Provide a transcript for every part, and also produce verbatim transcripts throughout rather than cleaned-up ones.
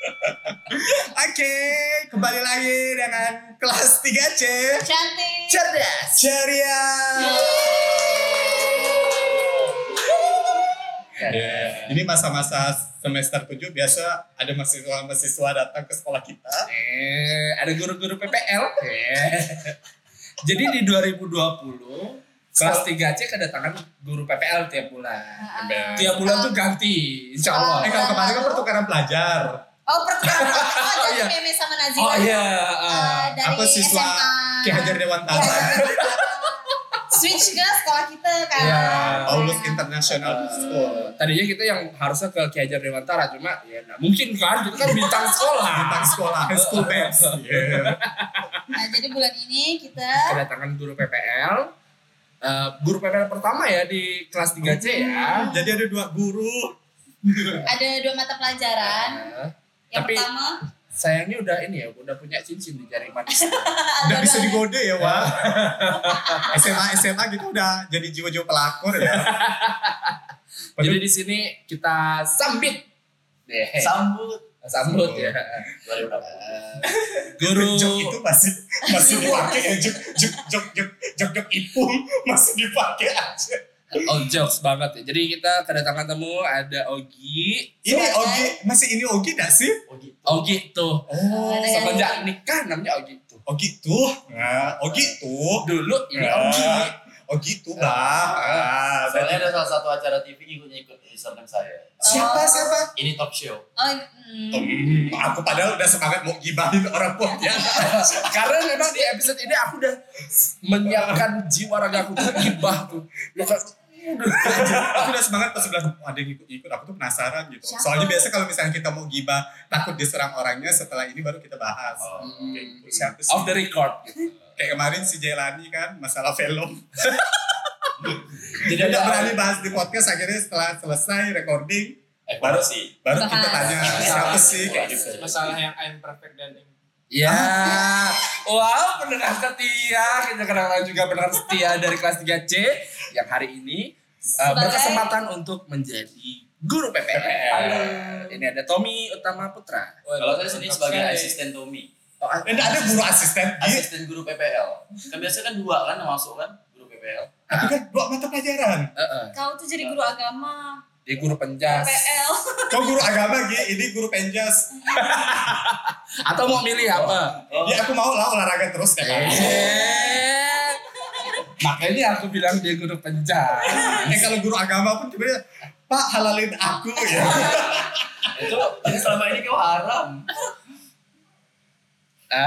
Oke, kembali lagi dengan kelas tiga C. Cantik, cerdas, ceria. Yeah. Ini masa-masa semester tujuh biasa ada mahasiswa-mahasiswa datang ke sekolah kita. Eh, ada guru-guru P P L. Eh. Jadi di dua ribu dua puluh kelas tiga C kedatangan guru P P L tiap bulan. Uh, Tiap bulan tuh ganti, insya Allah. Eh kalau kemarin kan pertukaran pelajar. Oh pertukaran, oh jadi iya. Meme sama Nazila. Oh iya. Uh, dari Aku siswa S M A. Ki Hajar Dewantara. Ki Hajar Dewantara. Switch ke sekolah kita kan. Iya. Paulus International School. Tadinya kita yang harusnya ke Ki Hajar Dewantara, cuma ya nggak mungkin kan, itu kan bintang sekolah. Bintang sekolah, high school babes. Yeah. Nah jadi bulan ini kita Kedatangan guru P P L. Uh, guru P P L pertama ya di kelas tiga C ya. Jadi ada dua guru. ada dua mata pelajaran. Uh, Yang tapi pertama, sayangnya udah ini ya, udah punya cincin di jari manis. Udah bisa digode ya, Wak. S M A S M A gitu udah jadi jiwa-jiwa pelakor ya. Jadi di sini kita sambit deh. Sambut Sambut ya. dua ribu dua puluh. Guru Jok itu masih masih dipakai ya, jok jok jok jok jok jok ipung masih dipakai aja. Oh jokes banget ya. Jadi kita kedatangan tamu ada Ogi. Ini Ogi, masih ini Ogi gak sih? Oh gitu. Ogi tuh. Oh, Semenjak nikah namanya Ogi tuh. Ogi tuh. Nah, Ogi tuh. Dulu ini Nah, Ogi. Ogi tuh bah. Ah, Soalnya ada salah satu acara T V ikutnya ikut username saya. siapa Oh. siapa? Ini talk show. oh, hmm. Hmm, aku padahal udah semangat mau gibahin orang Pontianak. Karena memang di episode ini aku udah menyiapkan jiwa raga aku untuk gibah tuh. Ya kan. Aku udah semangat pas bilang ada yang ikut-ikut, aku tuh penasaran gitu. Siapa? Soalnya biasa kalau misalnya kita mau gibah takut diserang orangnya, setelah ini baru kita bahas. Oh, Kayak gitu. Siapa sih? Off the record gitu. Kayak kemarin si Jelani kan masalah film. Jadi Tidak ada berani bahas di podcast, akhirnya setelah selesai recording Eh, baru baru sih. baru kita Bahas. tanya siapa sih kayak gitu. Masalah yang I'm perfect dan im- ya, wow pendengar setia, kita kenalan juga pendengar setia dari kelas tiga C yang hari ini uh, Sebagai- berkesempatan untuk menjadi guru P P L. Halo. Ini ada Tommy Utama Putra. Kalau saya sini sebagai Saya- asisten Tommy. Oh, ah, Dan ada guru asisten gitu. Asisten guru P P L. Kan biasanya kan dua kan yang masuk kan guru P P L. Tapi kan dua mata pelajaran. uh, uh, Kau tuh jadi guru agama, dia guru penjas. P P L. Kau guru agama Gi, ini guru penjas. Atau mau milih apa? Oh, Ya aku mau lah olahraga terus kan. Eh, makanya aku bilang dia guru penjas. Eh kalau guru agama pun tiba-tiba Pak halalin aku ya. itu jadi selama ini kau haram. Ah,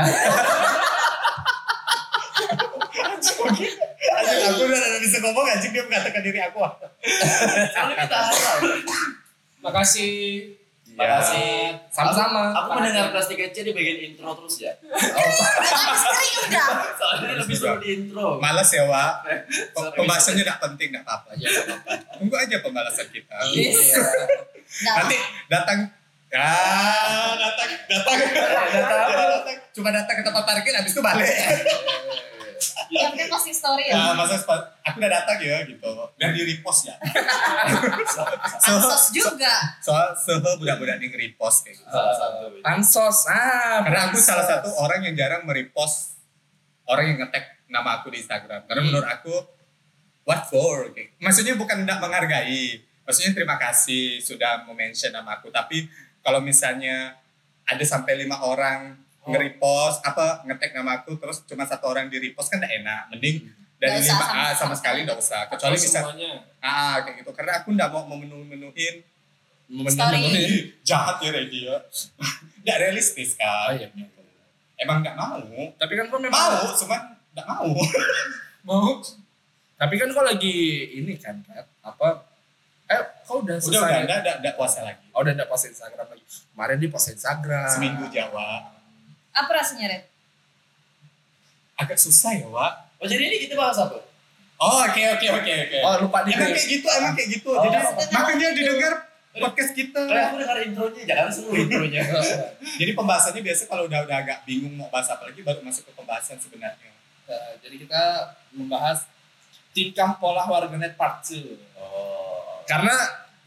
Anjing aku udah ada bisa ngomong anjing dia mengatakan diri aku. Soalnya kita haram. Makasih. Makasih. sama-sama. Aku mendengar kelas tiga C di bagian intro terus ya. Habis kering udah. Soalnya lebih seru di intro. Males ya Wak. Sorry. Pembahasannya tidak penting, tidak apa-apa. Ya, nggak apa-apa. Tunggu aja pembahasan kita. Iya. Nah, Nanti datang ah datang datang datang cuma datang ke tempat parkir habis itu balik. yang penting posting story ya. Ya masa sepa- aku udah datang ya gitu. Dan di repost ya. Ansos juga. Soal sehe budak-budak di repost kayak gitu. Salah satu. Pansos. Ah, Karena aku pansos. salah satu orang yang jarang merepost orang yang nge-tag nama aku di Instagram. Karena Hmm. menurut aku what for? Kayak- Maksudnya bukan tidak menghargai. Maksudnya terima kasih sudah mention nama aku. Tapi kalau misalnya ada sampai lima orang Oh. nge-repost apa nge-tag nama aku terus cuma satu orang di repost kan tidak enak. Mending dari Nggak usah lima sama- ah, sama sekali tidak usah. Kecuali Atau bisa semuanya. ah kayak gitu. Karena aku tidak mau memenuh-menuhin Story. Ih, jahat ya Redia. Tidak realistis Oh, kan. iya. Emang nggak mau. Tapi kan kok memang Mau, cuman nggak mau. Mau. Tapi kan kok lagi ini kan, Kat, apa? Eh, kau udah Udah selesai? udah nggak nggak nggak puasa lagi. Oh, udah enggak post Instagram lagi. Kemarin dia post Instagram. Seminggu Jawa. Apa rasanya, Red? Agak susah ya, Wak. Oh jadi ini kita bahas apa? Oh, oke oke oke oke. Oh, lupa di Emang kayak gitu, emang kayak gitu. Oh, Jadi apa? makanya didengar podcast kita. Kayak aku dengar intronya, jangan seru intronya. Jadi pembahasannya biasa kalau udah udah agak bingung mau bahas apa lagi baru masuk ke pembahasan sebenarnya. Nah, jadi kita membahas tingkah pola warganet part two. Oh. Karena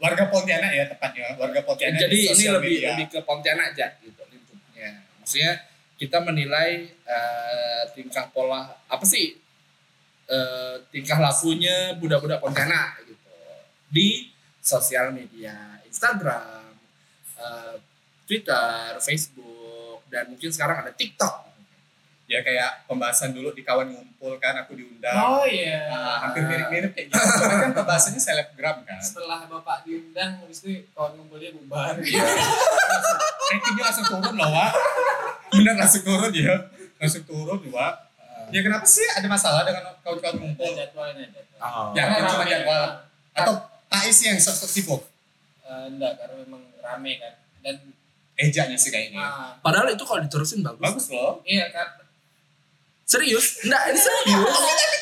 warga Pontianak ya tepatnya, warga Pontianak. Jadi di ini sosial lebih media. lebih ke Pontianak aja gitu lingkupnya. Maksudnya kita menilai uh, tingkah pola apa sih uh, tingkah lakunya budak-budak Pontianak gitu di sosial media, Instagram, uh, Twitter, Facebook, dan mungkin sekarang ada TikTok. Ya kayak pembahasan dulu di kawan ngumpul kan, aku diundang. Oh iya. Nah, hampir mirip-mirip kayak gitu. Cuma kan pembahasannya selebgram kan. Setelah bapak diundang, habis itu kawan ngumpulnya bubar. Iya. Ratingnya langsung turun loh, Wak. Bener langsung turun ya. Langsung turun, Wak. Ya kenapa sih ada masalah dengan kawan-kawan ngumpul? Jadwalnya jadwal. Oh. Jangan Karena cuma rame. jadwal. Atau Pak Is yang sok-sok sibuk. Eh, enggak, karena memang rame kan. Dan Ejanya sih kayaknya. ah, Padahal itu kalau diterusin bagus. Bagus loh. iya kan. Serius? Enggak, ini serius.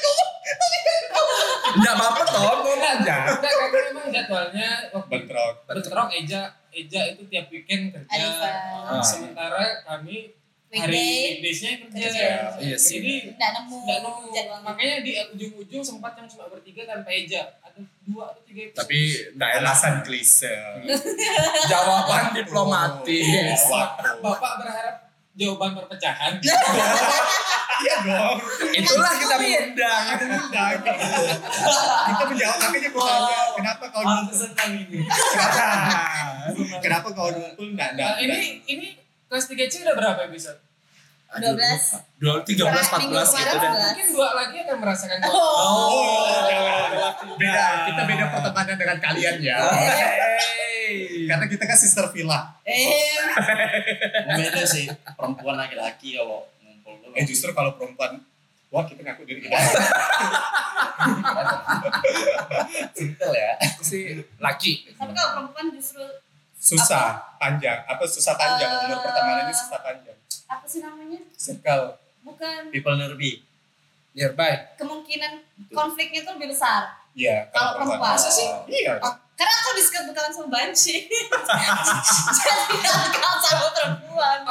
Enggak apa-apa toh, ngomong aja. Enggak, karena memang jadwalnya waktu Bentrok. bentrok Eja Eja itu tiap weekend kerja. Arifa. Ah. Sementara kami hari Weekday. weekdays-nya kerja. Kerja. Iya sih. Jadi Nggak nemu nggak nemu. jadwalnya. Makanya di ujung-ujung sempat yang cuma bertiga tanpa Eja. Ada dua atau tiga episode. Tapi enggak enak. Alasan klise. Jawaban diplomatis. Waktu. Bapak berharap jawaban perpecahan. Iya dong. Itulah kita mengundang. Kita undang. Kita menjawab makanya gue tanya kenapa kau ngumpul? senang ini. Kenapa? Kenapa kau ngumpul? Nggak ada. Nah, ini ini kelas tiga C udah berapa episode? dua belas. Dua, tiga belas, empat belas Minggu gitu kemarin deh. sebelas. Mungkin dua lagi akan merasakan. Oh. Oh, jangan. Beda. Kita beda pertemanan dengan kalian ya. Hey. Karena kita kan sister villa. Eh, Beda sih perempuan laki-laki kalau ngumpul tuh. Eh justru kalau perempuan, wah kita ngaku diri kita. Simpel ya. Aku sih laki. tapi kalau perempuan justru Susah, panjang. Apa susah panjang? Umur Eh. pertemanannya susah panjang. apa sih namanya? Circle. Bukan, People nerbi. Nearby. kemungkinan konfliknya tuh lebih besar. Iya. Kalau perempuan. Masa sih? Iya. Oh, karena aku disebut bukan sama banci. Jadi kalau sama perempuan.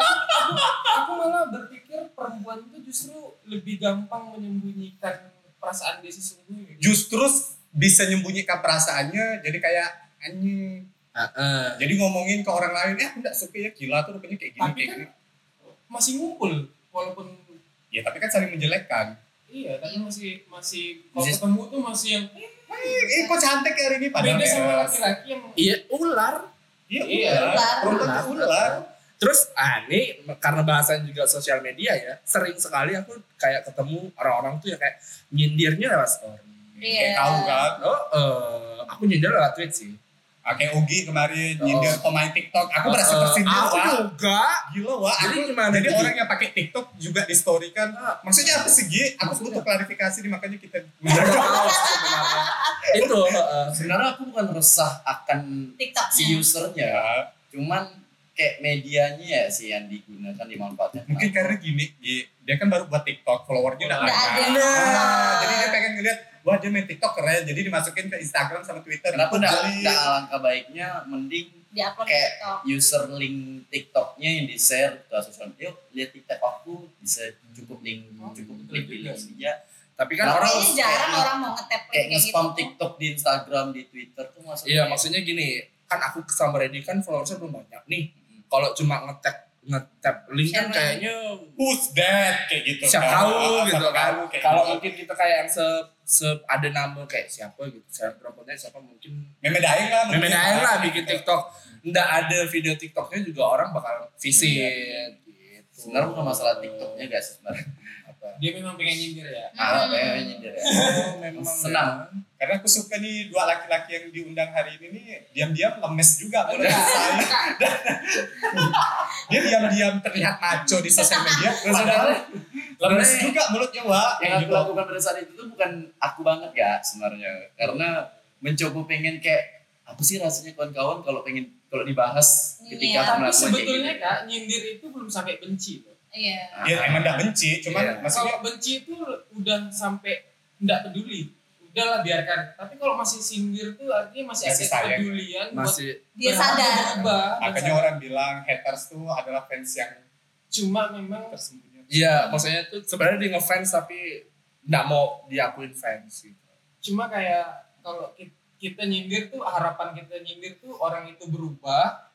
Aku malah berpikir perempuan itu justru lebih gampang menyembunyikan perasaan dia sesungguhnya. Justru bisa menyembunyikan perasaannya, jadi kayak anjing. Heeh. Jadi ngomongin ke orang lain, eh aku nggak suka ya gila tuh rupanya kayak gini Tapi kayak kan gini. masih ngumpul walaupun Ya tapi kan saling menjelekkan. iya tapi masih masih kalau Masih- ketemu tuh masih yang Eh kok cantik hari ini padahal beda sama ya. laki-laki yang Iya, ular. Iya, Iya, ular. ular. Perempuan tuh ular. Terus, ah ini karena bahasan juga sosial media ya, sering sekali aku kayak ketemu orang-orang tuh ya kayak nyindirnya lewat story. Kayak Iya. tahu kan. Oh, eh, aku nyindir lewat tweet sih. Ah, kayak Ugi kemarin nyindir pemain TikTok. Aku merasa Eh, tersindir, Aku Wak. juga. Gila, Wak. Jadi Aku- gimana Jadi gitu? orang yang pakai TikTok juga di story kan. Maksudnya apa sih, Gi? Aku Maksudnya? butuh klarifikasi nih, makanya kita Udah tahu sebenarnya. Itu. eh, Sebenarnya aku bukan resah akan si TikToknya. usernya, ya. cuman kayak medianya ya sih yang digunakan dimanfaatkan. Mungkin karena gini, Gi. Dia kan baru buat TikTok, followernya udah Nggak ada. banyak. Nah. Nah, jadi dia pengen ngeliat, wah dia main TikTok keren, jadi dimasukin ke Instagram sama Twitter. Kenapa Aku enggak beli. enggak alangkah baiknya mending Diupload di kayak TikTok. user link TikToknya yang di share ke sosial media. Yuk lihat TikTok aku bisa cukup link Oh, cukup betul klik juga link sih. ya. Tapi kan Nah, orang Kayaknya jarang kayak- orang mau nge-tap Kayak nge-spam gitu. TikTok di Instagram, di Twitter tuh maksudnya. iya maksudnya gini, kan aku sama Reddy kan followersnya belum banyak nih. Kalau cuma nge-tap nge-tap link kan Siapa? kayaknya Who's that? Kayak gitu. siapa kan. tahu Ah, gitu siapa kan. tahu, kayak Kalau gitu. mungkin kita kayak yang se, se ada nama kayak siapa gitu, saya perempuannya siapa mungkin Meme daeng lah. mungkin. Meme daeng lah bikin TikTok. Nggak ada video TikToknya juga orang bakal visit gitu. Sebenarnya bukan masalah TikToknya guys sebenarnya. Apa? dia memang pengen nyindir ya. Ah, Hmm. kayak nyindir ya. Oh, memang Senang. Karena aku suka nih dua laki-laki yang diundang hari ini nih diam-diam lemes juga mulai Enggak, saya. enggak. Dia diam-diam terlihat maco di sosial media, padahal lemes Sebenarnya juga mulutnya, Wak. yang aku lakukan pada saat itu tuh bukan aku banget ya sebenarnya, karena mencoba pengen kayak apa sih rasanya kawan-kawan kalau pengen kalau dibahas ketika Iya. aku Tapi melakukan kayak sebetulnya gitu. kak nyindir itu belum sampai benci loh. Iya. Dia emang gak benci, cuman Iya. maksudnya Kalau benci itu udah sampai nggak peduli, udahlah biarkan. Tapi kalau masih sindir tuh artinya masih, Masih ada sayang. kepedulian buat masih Dia berharap sadar. berubah. Dan makanya sadar. orang bilang haters tuh adalah fans yang Cuma memang tersembunyi. iya maksudnya tuh sebenarnya dia ngefans tapi nggak mau diakuin fans gitu. cuma kayak kalau kita, kita nyindir tuh, harapan kita nyindir tuh orang itu berubah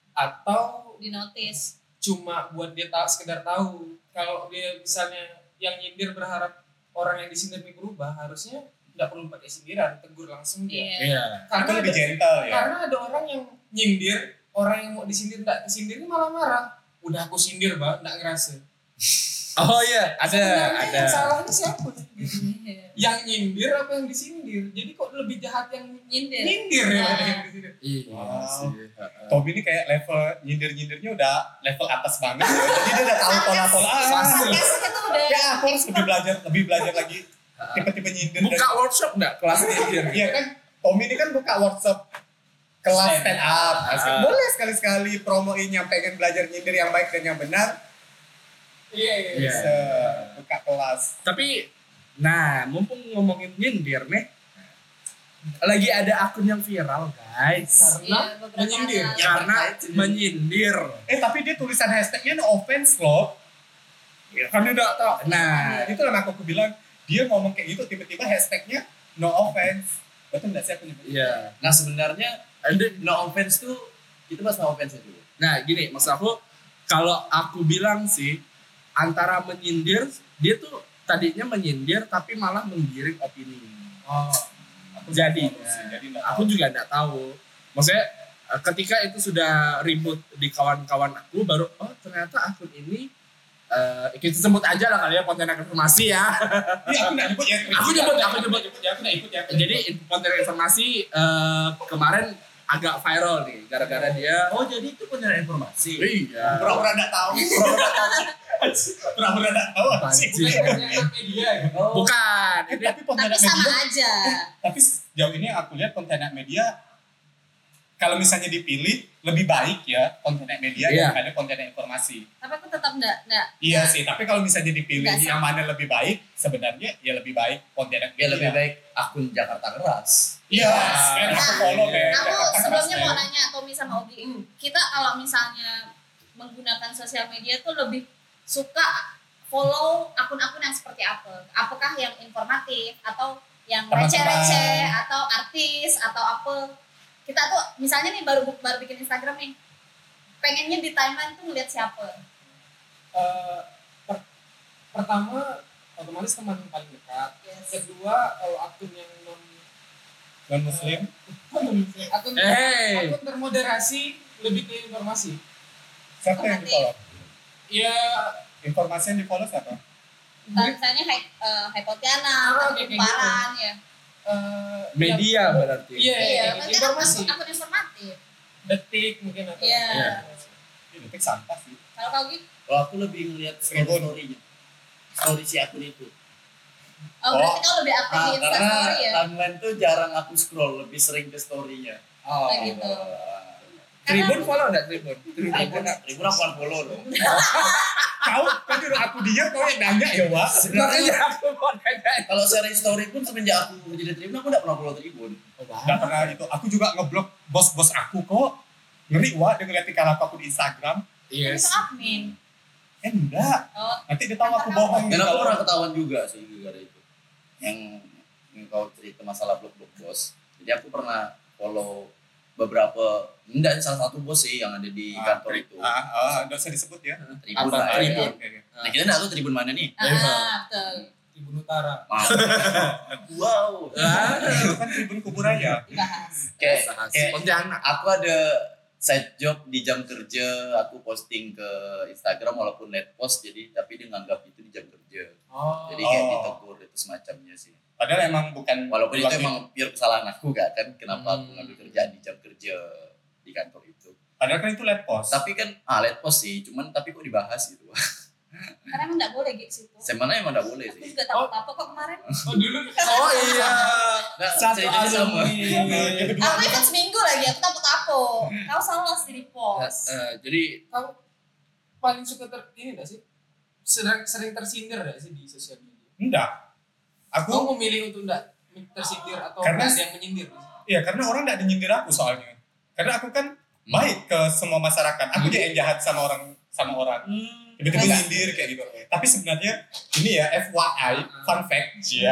atau Di notice. cuma buat dia tahu, sekedar tahu. Kalau dia misalnya yang nyindir berharap orang yang disindir ini berubah, harusnya nggak perlu pakai sindiran, tegur langsung dia. Iya. Iya. Itu Karena lebih ada, gentle ya. karena ada orang yang nyindir, orang yang mau disindir nggak kesindir ini malah marah. Udah aku sindir, Mbak, nggak ngerasa. Oh iya, ada Sebenarnya ada. yang salahnya siapa? Iya. Yang nyindir apa yang disindir? Jadi kok lebih jahat yang Nyindir. nyindir ya Nah. yang disindir? Iya Wow. sih. heeh. Tommy ini kayak level nyindir-nyindirnya udah level atas banget ya. Jadi dia udah tahu pola-pola. Ah, Pasti. Sarkasnya tuh udah ya aku harus lebih belajar, lebih belajar lagi Heeh. tipe-tipe nyindir. Buka workshop enggak kelas nyindir? Iya kan, Tommy ini kan buka workshop kelas Stand stand up. up. Boleh sekali-sekali promoin yang pengen belajar nyindir yang baik dan yang benar. Iya, iya. Iya. Bisa buka kelas. Tapi nah, mumpung ngomongin nyindir nih. Lagi ada akun yang viral, guys. Karena Iya, beberapa menyindir. ada. Karena menyindir. Eh tapi dia tulisan hashtagnya no offense loh. Kan udah tau. Nah, Nah, itu yang aku bilang dia ngomong kayak gitu tiba-tiba hashtagnya no offense. Betul nggak sih aku nyebut? iya. Nah sebenarnya Ada no offense tuh kita bahas no offense dulu. Nah gini, maksud aku kalau aku bilang sih antara menyindir, dia tuh tadinya menyindir tapi malah menggiring opini. Oh. Aku Jadi, nggak tahu sih, jadi nggak Aku tahu. juga nggak tahu. Maksudnya eh, ketika itu sudah ribut di kawan-kawan aku, baru oh ternyata akun ini eh kita sebut aja lah kali ya konten informasi ya. Iya aku nggak nyebut ya. Aku nyebut, aku nyebut. ya, aku nggak ikut ya. Jadi konten informasi eh, kemarin agak viral nih gara-gara dia. Oh jadi itu benar informasi. Iya. pura-pura nggak tahu, pura-pura nggak tahu. Pura-pura nggak tahu sih. Anjing. Anak media gitu. Oh. Bukan. Eh, Ini tapi konten Tapi sama media, aja. tapi sejauh ini aku lihat konten media kalau misalnya dipilih lebih baik ya konten media Iya. daripada konten informasi. Tapi aku tetap enggak enggak. Iya sih, tapi kalau misalnya dipilih Nggak yang mana lebih baik, sebenarnya ya lebih baik konten media. Ya lebih baik akun Jakarta Keras. Iya, Yes. kan aku Nah, follow deh. Aku Jakarta sebelumnya Keras mau deh. nanya Tommy sama Ogi, kita kalau misalnya menggunakan sosial media tuh lebih suka follow akun-akun yang seperti apa? Apakah yang informatif atau yang Teman-teman. receh-receh atau artis atau apa? Kita tuh misalnya nih baru baru bikin Instagram nih, pengennya di timeline tuh ngeliat siapa? Eh, per- pertama otomatis teman paling dekat. Yes. Kedua kalau akun yang non Non muslim. akun Hey. akun termoderasi lebih ke informasi. Siapa yang di follow? Ya Informasi yang di follow siapa? Misalnya Hai uh, Hypotiana, Ah, kayak gitu. Kumparan ya. eh, media berarti. Iya, Iya, iya, kan informasi. akun, akun informatif. Detik mungkin atau Iya. Iya. Ini detik sampah sih. Kalau kau gitu, Kalau aku lebih ngeliat story Tribun. storynya, story si akun itu. oh, berarti kau lebih aktif Ah, di karena Instastory ya? timeline tuh jarang aku scroll, lebih sering ke story-nya. Oh, Kayak gitu. Tribun follow enggak Tribun? Tribun. Tribun, Tribun aku kan follow loh. Kau kan udah aku diam, kau yang nanya ya, Wak. Makanya aku mau nanya. Kalau sharing story pun semenjak aku jadi Tribun aku nggak pernah follow Tribun. Gak pernah itu. Aku juga ngeblok bos-bos aku kok. Ngeri, Wak, dia ngeliat tingkah laku aku di Instagram. Itu Yes. admin. Eh, enggak. Oh, Nanti dia tahu aku bohong. Dan aku kalau- pernah ketahuan juga sih gara itu. Yang, yang kau cerita masalah blog-blog bos. Jadi aku pernah follow beberapa, enggak salah satu bos sih yang ada di Ah, kantor itu. Ah, ah, nggak usah disebut ya. Tribun Apa? lah ya. Tribun. Oke, oke. Nah, kita nggak tahu Tribun mana nih. ah, betul. Tribun Utara. Maaf. Wow. Ah, Itu kan tribun kuburaya. Dibahas. Kayak, bahas kayak Pontianak. aku ada side job di jam kerja, aku posting ke Instagram walaupun late post, jadi tapi dia nganggap itu di jam kerja. Oh. Jadi kayak Oh. ditegur itu semacamnya sih. Padahal emang bukan. Walaupun itu waktu emang pure kesalahan aku gak kan, kenapa aku Hmm. ngambil kerjaan di jam kerja di kantor itu. Padahal kan itu late post. Tapi kan, ah late post sih, cuman tapi kok dibahas gitu. Karena emang nggak boleh gitu situ. Sebenarnya emang gak boleh Aku sih. juga takut apa kok kemarin. Oh, dulu Oh iya. Nah, satu ceritanya sama. alumni. Yang kedua, Aku ikut seminggu lagi, aku takut apa? Kau salah sih di Eh, post. eh, jadi Kau paling suka ter ini nggak sih? Sering sering tersindir nggak sih di sosial media? enggak. Kau Aku, memilih untuk nggak tersindir atau Karena- nggak ada yang menyindir? iya karena orang enggak nyindir aku soalnya. Karena aku kan baik ke semua masyarakat. Aku Hmm. aja yang jahat sama orang sama orang. Tiba-tiba Enggak. nyindir kayak gitu. Tapi sebenarnya ini ya F Y I, fun fact, ya.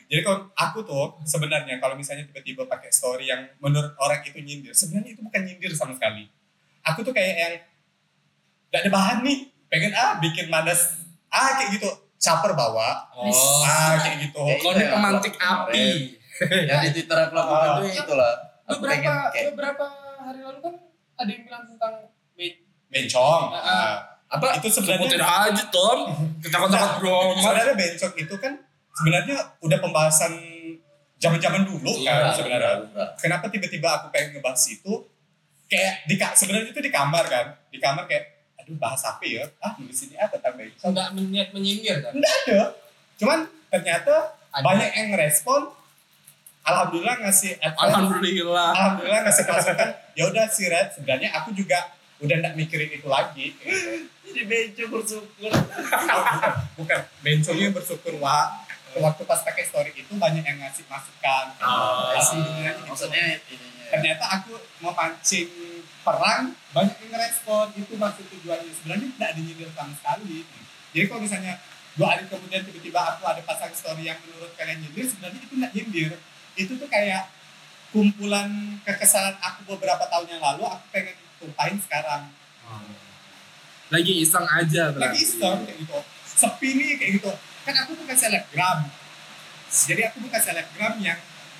Jadi kalau aku tuh sebenarnya kalau misalnya tiba-tiba pakai story yang menurut orang itu nyindir, sebenarnya itu bukan nyindir sama sekali. Aku tuh kayak yang gak ada bahan nih, pengen ah bikin manas, ah kayak gitu, caper bawa, Oh, ah kayak gitu. Kayak kau itu ini ya, pemantik kemarin. api. Yang di Twitter aku lakukan Ah. tuh itulah. Aku beberapa pengen kayak beberapa hari lalu kan ada yang bilang tentang be- Bencong. Ah, Ah. Apa Itu sebenarnya- sebutin aja Tom. Takut-takut bro. Sebenarnya bencong itu kan sebenarnya udah pembahasan zaman-zaman dulu kan Iya, sebenarnya. bener. Kenapa tiba-tiba aku pengen ngebahas itu? Kayak di ka- sebenarnya itu di kamar kan, di kamar kayak, aduh bahas apa ya? Ah nulis ini ah tentang bencong. nggak niat menyindir kan. Enggak ada. Cuman ternyata Ada. banyak yang respon. Alhamdulillah ngasih advice. Alhamdulillah. Alhamdulillah ngasih masukan. Ya udah sih Red, sebenarnya aku juga udah nggak mikirin itu lagi. Jadi bencong bersyukur. bukan, bukan. Bencongnya bersyukur wah. Waktu pas pakai story itu banyak yang ngasih masukan. Oh. Alhamdulillah gitu. Maksudnya ininya. Ternyata aku mau pancing perang, banyak yang ngerespon. Itu maksud tujuannya. Sebenarnya tidak dinyindir sama sekali. Jadi kalau misalnya dua hari kemudian tiba-tiba aku ada pasang story yang menurut kalian nyindir, sebenarnya itu tidak nyindir. Itu tuh kayak kumpulan kekesalan aku beberapa tahun yang lalu, aku pengen tumpahin sekarang. Lagi iseng aja Lagi berarti. iseng kayak gitu. Sepi nih kayak gitu. Kan aku bukan selebgram. Jadi aku bukan selebgram yang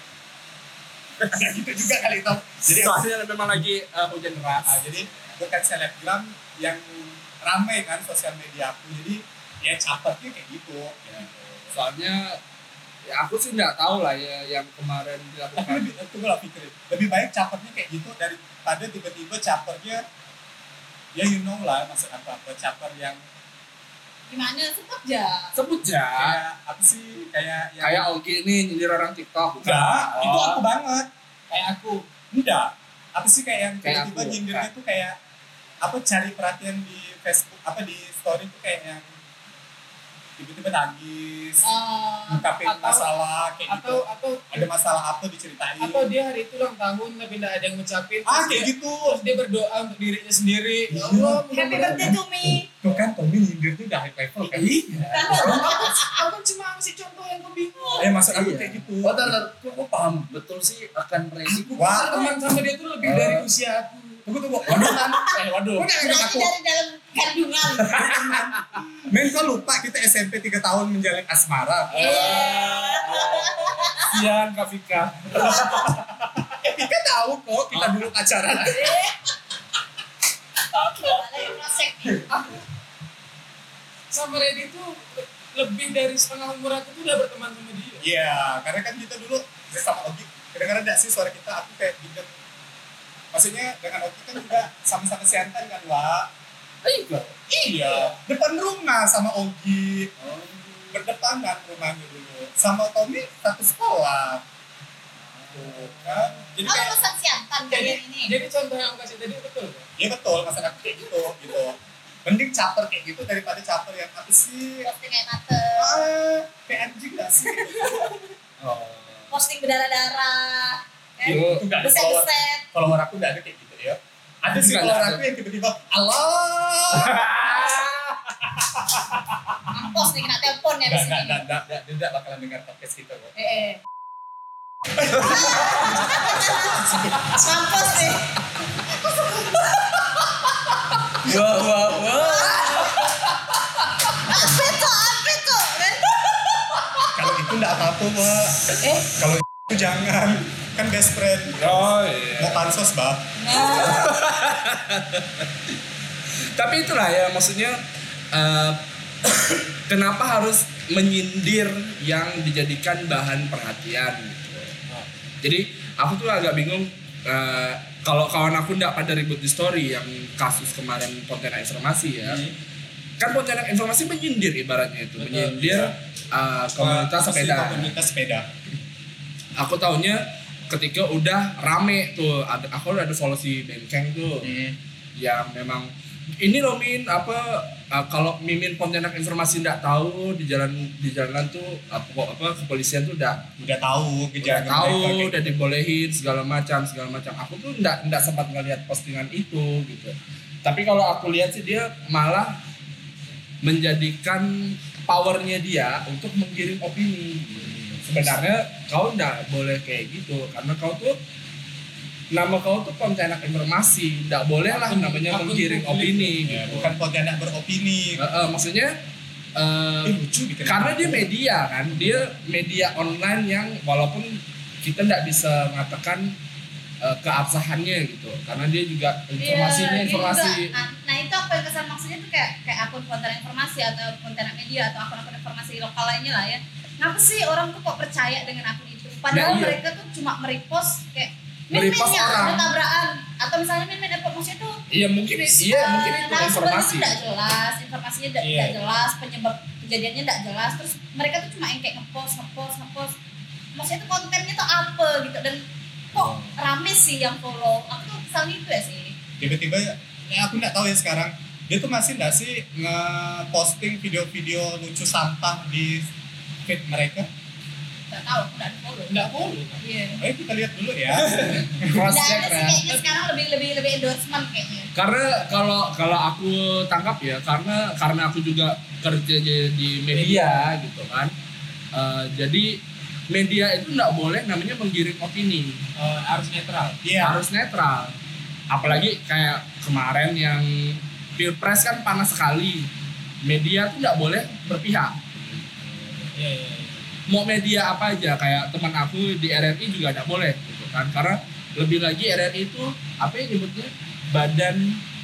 ya gitu juga kali itu. Jadi aku, Soalnya memang lagi uh, hujan deras. ah, jadi bukan selebgram yang ramai kan sosial media aku. Jadi ya catatnya kayak gitu. Ya. Soalnya ya aku sih nggak tahu lah ya yang kemarin Tapi dilakukan. lebih, tunggu lah pikirin. Lebih baik capernya kayak gitu daripada tiba-tiba capernya ya you know lah maksud apa apa caper yang Gimana sebut aja. Sebut ya. kayak apa sih kayak yang Kayak Ogi nih nyindir orang TikTok. enggak Oh. itu aku banget kayak aku enggak apa sih kayak yang Kayak tiba-tiba aku, nyindirnya kan. tuh kayak apa cari perhatian di Facebook apa di story tuh kayak yang tiba-tiba nangis Oh, ngungkapin atau- masalah kayak Atau gitu atau ada masalah apa diceritain atau dia hari itu ulang tahun tapi tidak ada yang ngucapin. ah terus kayak dia- gitu Terus dia berdoa untuk dirinya sendiri. Ya Iya. Allah, happy mudah-mudahan- birthday to me. tuh kan Tommy nyindirnya udah high level kan Iya. Aku kan cuma ngasih contoh yang gue bingung. eh maksud aku Iya. kayak gitu Oh, tar, tar. Kok gue paham betul sih akan resiko. Wah. Teman sama dia tuh lebih dari usia aku. tunggu tunggu waduh eh waduh Kok nggak ngajak Berarti aku dari dalam kandungan. men kok lupa kita S M P tiga tahun menjalin asmara Sian Kak Vika. eh Pika tahu kok kita dulu pacaran Gimana yang ngasek nih? Sama Reddy tuh lebih dari setengah umur aku tuh udah berteman sama dia. iya karena kan kita dulu sama Ogi kadang-kadang enggak sih suara kita aku kayak bideng maksudnya dengan Ogi kan juga sama-sama siantan kan Wak Iya. iya depan rumah sama Ogi berdepanan rumahnya dulu sama Tommy satu sekolah tuh kan jadi Oh, kayak lulusan Siantan Jadi, kalian ini. jadi contoh yang aku kasih tadi betul kan? ya betul masalah aku kayak gitu gitu mending caper kayak gitu daripada caper yang apa sih Posting kayak mate, ah kayak anjing gak sih Oh. posting berdarah-darah, kan? itu gak ada follower Beset-beset. follower aku gak ada kayak gitu ya ada sih Nggak follower ada. aku yang tiba-tiba Allah Mampus nih kena telepon ya di Gak, sini. gak, gak, gak, dia gak bakalan dengar podcast kita kok. Eh, eh. Mampus nih. Wah, wah, wah. Apa itu? Apa itu? Kalau itu gak apa-apa, Mbak. Eh, Kalau itu jangan. Kan best friend. Oh iya. Mau pansos, Mbak. nah, Tapi itulah ya maksudnya eh, kenapa harus menyindir yang dijadikan bahan perhatian gitu. Jadi aku tuh agak bingung eh, kalau kawan aku nggak pada ribut di story yang kasus kemarin Pontianak Informasi ya. Hmm. Kan Pontianak Informasi menyindir ibaratnya itu, Betul, menyindir iya. eh, komunitas Apa sih sepeda. Komunitas sepeda. Aku taunya ketika udah rame tuh, ada aku udah ada follow si Benkeng tuh. Hmm. Yang memang ini loh Min apa uh, kalau Mimin Pontianak Informasi nggak tahu di jalan di jalan tuh apa apa kepolisian tuh udah Udah tahu udah kejadian tahu mereka kayak udah dibolehin segala macam segala macam. Aku tuh nggak nggak sempat ngeliat postingan itu gitu. Tapi kalau aku lihat sih dia malah menjadikan powernya dia untuk menggiring opini. sebenarnya kau nggak boleh kayak gitu karena kau tuh nama kau tuh kontenak informasi, nggak boleh lah Akun- namanya akun menggiring publik. opini Ya, gitu. bukan konten beropini. Eh, eh, maksudnya eh, Eh, lucu gitu. karena dia media kan, dia media online yang walaupun kita nggak bisa mengatakan eh, keabsahannya gitu, karena dia juga informasinya Iya, dia informasi. juga- nah, nah itu apa yang kesan maksudnya tuh kayak kayak akun konten informasi atau konten media atau akun-akun informasi lokal lainnya lah ya. Ngapa sih orang tuh kok percaya dengan akun itu? Padahal Nah, iya. mereka tuh cuma merepost kayak Merepost min-minnya orang. ada tabrakan atau misalnya min-min apa maksudnya tuh Iya mungkin iya eh, mungkin itu narasumber informasi. itu tidak jelas, informasinya tidak Iya. jelas, penyebab kejadiannya tidak jelas. Terus mereka tuh cuma yang kayak ngepost, ngepost, ngepost. Maksudnya tuh kontennya tuh apa gitu dan kok rame sih yang follow. Aku tuh kesal itu ya sih. Tiba-tiba ya aku nggak tahu ya sekarang dia tuh masih nggak sih nge-posting video-video lucu sampah di feed mereka. Gak tahu, aku nggak follow. Nggak follow. Iya. Ayo kita lihat dulu ya. Cross Nggak check ada sih ya. kayaknya sekarang lebih lebih lebih endorsement kayaknya. Karena kalau kalau aku tangkap ya karena karena aku juga kerja di di media gitu kan. Eh, jadi media itu nggak boleh namanya menggiring opini, Eh, harus netral. Iya. harus netral. Apalagi kayak kemarin yang pilpres kan panas sekali, media tuh nggak boleh berpihak. Iya, iya, iya. Mau media apa aja, kayak teman aku di R R I juga nggak boleh gitu kan, karena lebih lagi R R I itu apa yang nyebutnya badan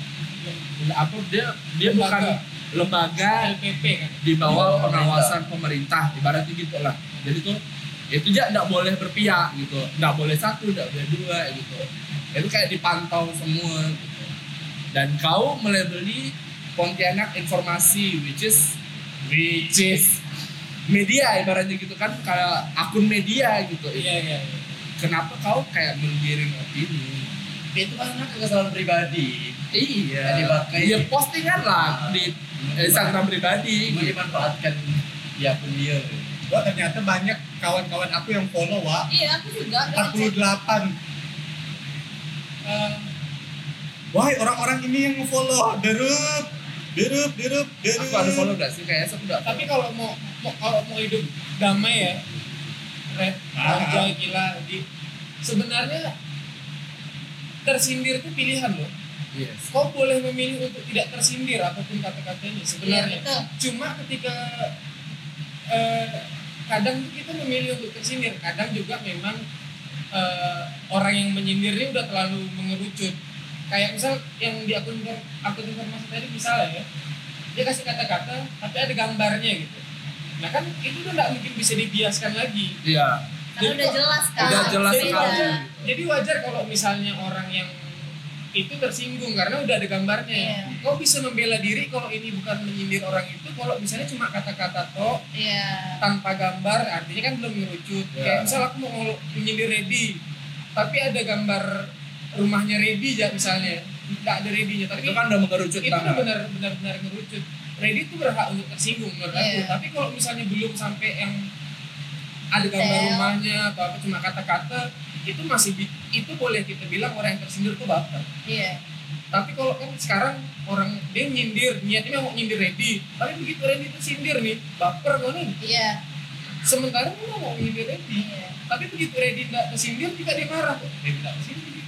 apa dia dia Lembaga. bukan lembaga L P P kan. di bawah Pemerintah. pengawasan pemerintah ibaratnya gitu lah. Jadi tuh itu aja nggak boleh berpihak gitu, nggak boleh satu, nggak boleh dua gitu. Itu kayak dipantau semua gitu. Dan kau melabeli Pontianak informasi which is which is media ibaratnya gitu kan, kayak akun media gitu. Iya, iya, iya. Kenapa kau kayak menggiring opini? Itu kan kesalahan pribadi. Iya. Yang dipakai. Ya postingan lah di Instagram pribadi. Cuma Gitu. dimanfaatkan di akun dia. Wah ternyata banyak kawan-kawan aku yang follow Wak. Iya, aku juga. empat puluh delapan. Eh, Wahai orang-orang ini yang nge-follow. Derup. Derup, derup, derup. Aku ada follow gak sih? Kayaknya aku gak. tapi kalau mau, mau kalau mau hidup damai ya, Red, Ah. Raja, gila, di sebenarnya tersindir itu pilihan loh. Yes. Kau boleh memilih untuk tidak tersindir apapun kata-katanya Iya, sebenarnya. betul. Cuma ketika eh, kadang tuh kita memilih untuk tersindir, kadang juga memang eh, orang yang menyindir ini udah terlalu mengerucut. Kayak misal yang di akun akun informasi tadi misalnya ya, dia kasih kata-kata tapi ada gambarnya gitu. Nah kan itu udah nggak mungkin bisa dibiaskan lagi. Iya. Karena udah jelas kan. Udah jelas Beda. sekali. Jadi wajar kalau misalnya orang yang itu tersinggung karena udah ada gambarnya. Iya. Kau bisa membela diri kalau ini bukan menyindir orang itu, kalau misalnya cuma kata-kata toh Iya. tanpa gambar artinya kan belum ngerucut. Ya. Kayak misal aku mau menyindir Reddy tapi ada gambar rumahnya Reddy ya misalnya, nggak ada Reddy-nya tapi Itu kan udah mengerucut itu banget. benar benar benar ngerucut. Reddy itu berhak untuk tersinggung menurut aku. Iya. Tapi kalau misalnya belum sampai yang ada gambar Detail. rumahnya atau apa cuma kata-kata, itu masih bi- itu boleh kita bilang orang yang tersindir itu baper. Iya. Tapi kalau kan sekarang orang dia nyindir, niatnya mau nyindir Reddy, tapi begitu Reddy tersindir nih, baper kok nih. Iya. Sementara lu mau nyindir Reddy, Iya. tapi begitu Reddy nggak tersindir juga dia marah kok. Reddy nggak tersindir gitu.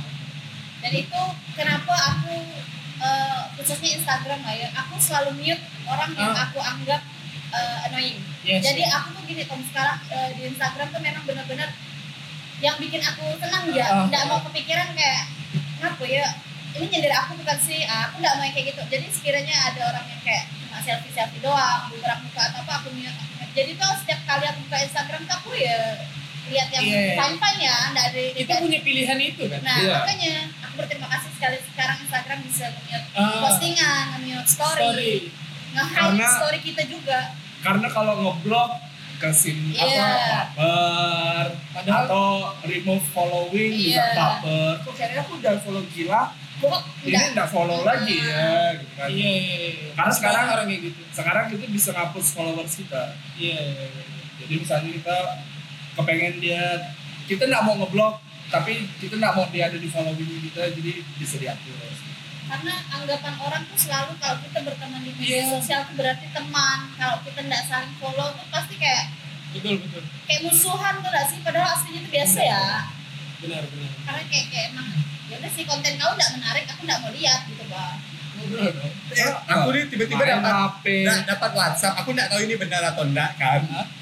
Dan itu kenapa aku eh, khususnya Instagram lah ya, aku selalu mute orang yang Ah. aku anggap eh, annoying. Yes. Jadi aku tuh gini Tom, sekarang eh, di Instagram tuh memang benar-benar yang bikin aku tenang ya, Ah. nggak mau kepikiran kayak ngapa ya ini nyindir aku bukan sih, ah, aku nggak mau yang kayak gitu. Jadi sekiranya ada orang yang kayak cuma selfie selfie doang, buka muka atau apa, aku mute. Aku mute. Jadi tuh setiap kali aku buka Instagram tuh aku ya lihat yang Iya, iya. fine fine ya, nggak ada Itu nggak- punya pilihan itu kan. Nah, Iya. makanya aku berterima kasih sekali sekarang Instagram bisa nge-mute Ah, postingan, nge-mute story, story. nge-hide Karena- story kita juga. Karena kalau ngeblok ke sim Iya. apa baper Padahal atau remove following juga Iya. baper. Kok kayaknya aku udah follow gila, kok ini Nggak. nggak follow lagi ya gitu kan. iya, iya, iya. Karena sekarang- orang kayak gitu. Sekarang itu bisa ngapus followers kita. Iya, iya, iya. Jadi misalnya kita kepengen dia, kita nggak mau ngeblok, tapi kita nggak mau dia ada di following kita, jadi bisa dihapus. Karena anggapan orang tuh selalu kalau kita berteman di media Iya. sosial tuh berarti teman. Kalau kita nggak saling follow tuh pasti kayak betul betul kayak musuhan tuh gak sih, padahal aslinya itu biasa ya. benar benar Karena kayak kayak emang ya udah sih konten kau nggak menarik, aku nggak mau lihat gitu bang. ngobrol dong. Eh, aku nih tiba-tiba Main dapat H P. da- dapat WhatsApp, aku nggak tahu ini benar atau enggak kan.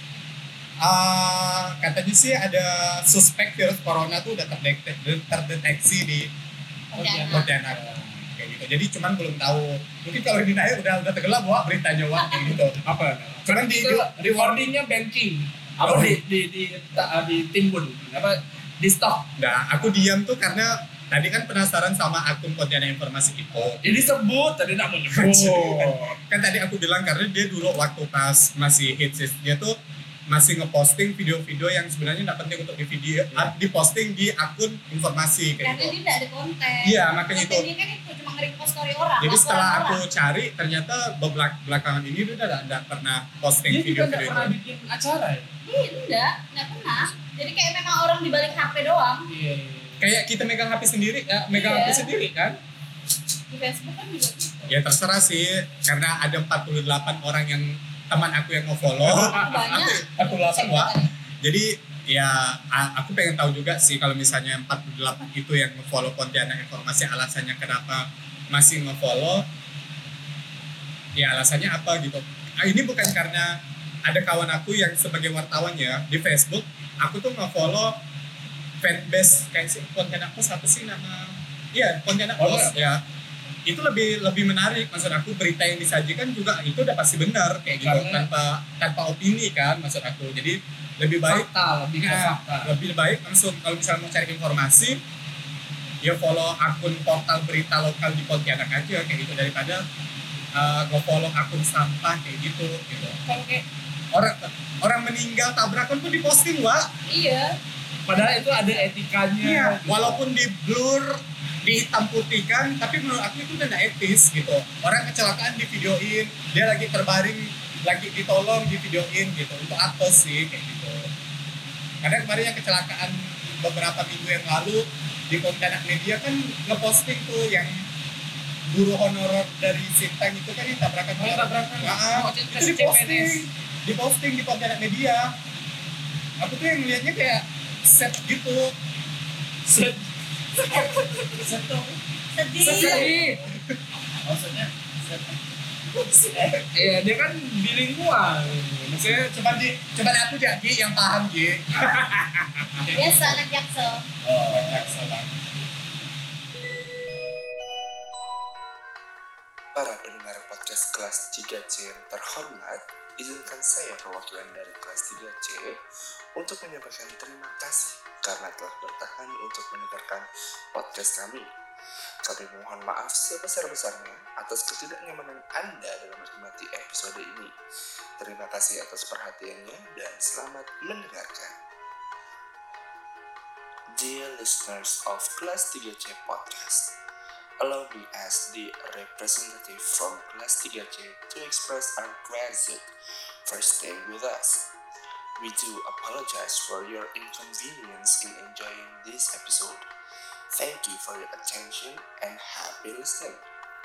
Ah, katanya sih ada suspek virus corona tuh udah terdeteksi, terdeteksi di Pontianak. Pontianak kayak gitu. Jadi cuman belum tahu. Mungkin kalau di Naya udah udah tenggelam wah beritanya wah kayak gitu. Apa? Cuman di, Itu di, rewardingnya banking apa Oh. di di di ta- di timbun apa di stok. Nah, aku diam tuh karena tadi kan penasaran sama akun Pontianak Informasi Info. Jadi sebut tadi nak mau nyebut. Kan tadi aku bilang karena dia dulu waktu pas masih hits dia tuh masih ngeposting video-video yang sebenarnya nggak penting untuk di video, ah, diposting di akun informasi kayak Karena gitu. dia nggak ada konten. Iya, makanya konten itu. dia kan itu cuma nge-repost story orang. Jadi laporan setelah orang. aku cari ternyata bebelak- belakangan ini dia udah nggak pernah posting Dia juga nggak video-video pernah itu. bikin acara ya. Iya, enggak, enggak pernah. Jadi kayak memang orang di balik H P doang. Iya, iya. Kayak kita megang H P sendiri, ya, megang Iya. H P sendiri kan? Di Facebook kan juga gitu. Ya terserah sih, karena ada empat puluh delapan orang yang teman aku yang nge-follow. Banyak. Aku delapan wah. Jadi ya a- aku pengen tahu juga sih kalau misalnya empat puluh delapan itu yang nge-follow Pontianak Informasi alasannya kenapa masih nge-follow. Ya alasannya apa gitu. Ah, ini bukan karena ada kawan aku yang sebagai wartawan ya di Facebook, aku tuh nge-follow fanbase kayak si Pontianak Post apa sih nama? Iya, Pontianak Oh, Post ya. Itu lebih lebih menarik, maksud aku berita yang disajikan juga itu udah pasti benar kayak gitu Karena- tanpa tanpa opini kan maksud aku. Jadi lebih baik Fakta lebih ke ya, fakta. lebih baik langsung kalau misalnya mau cari informasi ya follow akun portal berita lokal di Pontianak aja kayak gitu daripada uh, nge-follow akun sampah kayak gitu gitu. Kalau kayak orang orang meninggal tabrakan pun diposting, Wak. Iya. Padahal itu ada etikanya. Iya, walaupun di blur, dihitam putihkan, tapi menurut aku itu udah gak etis gitu. Orang kecelakaan di videoin, dia lagi terbaring, lagi ditolong di videoin gitu. Untuk apa sih kayak gitu? Karena kemarin yang kecelakaan beberapa minggu yang lalu di Pontianak Media kan ngeposting tuh yang guru honorer dari Sintang itu kan yang tabrakan. Oh, yang tabrakan. Nah, Oh, itu tes diposting, C P N S. diposting di Pontianak Media. Aku tuh yang lihatnya kayak set gitu. Set. Sedih. Sedih. Maksudnya Iya, dia kan bilingual. Maksudnya Coba di, coba lihat aku jadi yang paham Ji. Biasa anak jaksel. Oh, jaksel banget. Para pendengar podcast kelas tiga C yang terhormat, izinkan saya perwakilan dari kelas tiga C untuk menyampaikan terima kasih karena telah bertahan untuk mendengarkan podcast kami. Kami mohon maaf sebesar-besarnya atas ketidaknyamanan Anda dalam menikmati episode ini. Terima kasih atas perhatiannya dan selamat mendengarkan. Dear listeners of Kelas tiga C Podcast, allow me as the representative from Kelas tiga C to express our gratitude for staying with us. We do apologize for your inconvenience in enjoying this episode. Thank you for your attention and happy listening.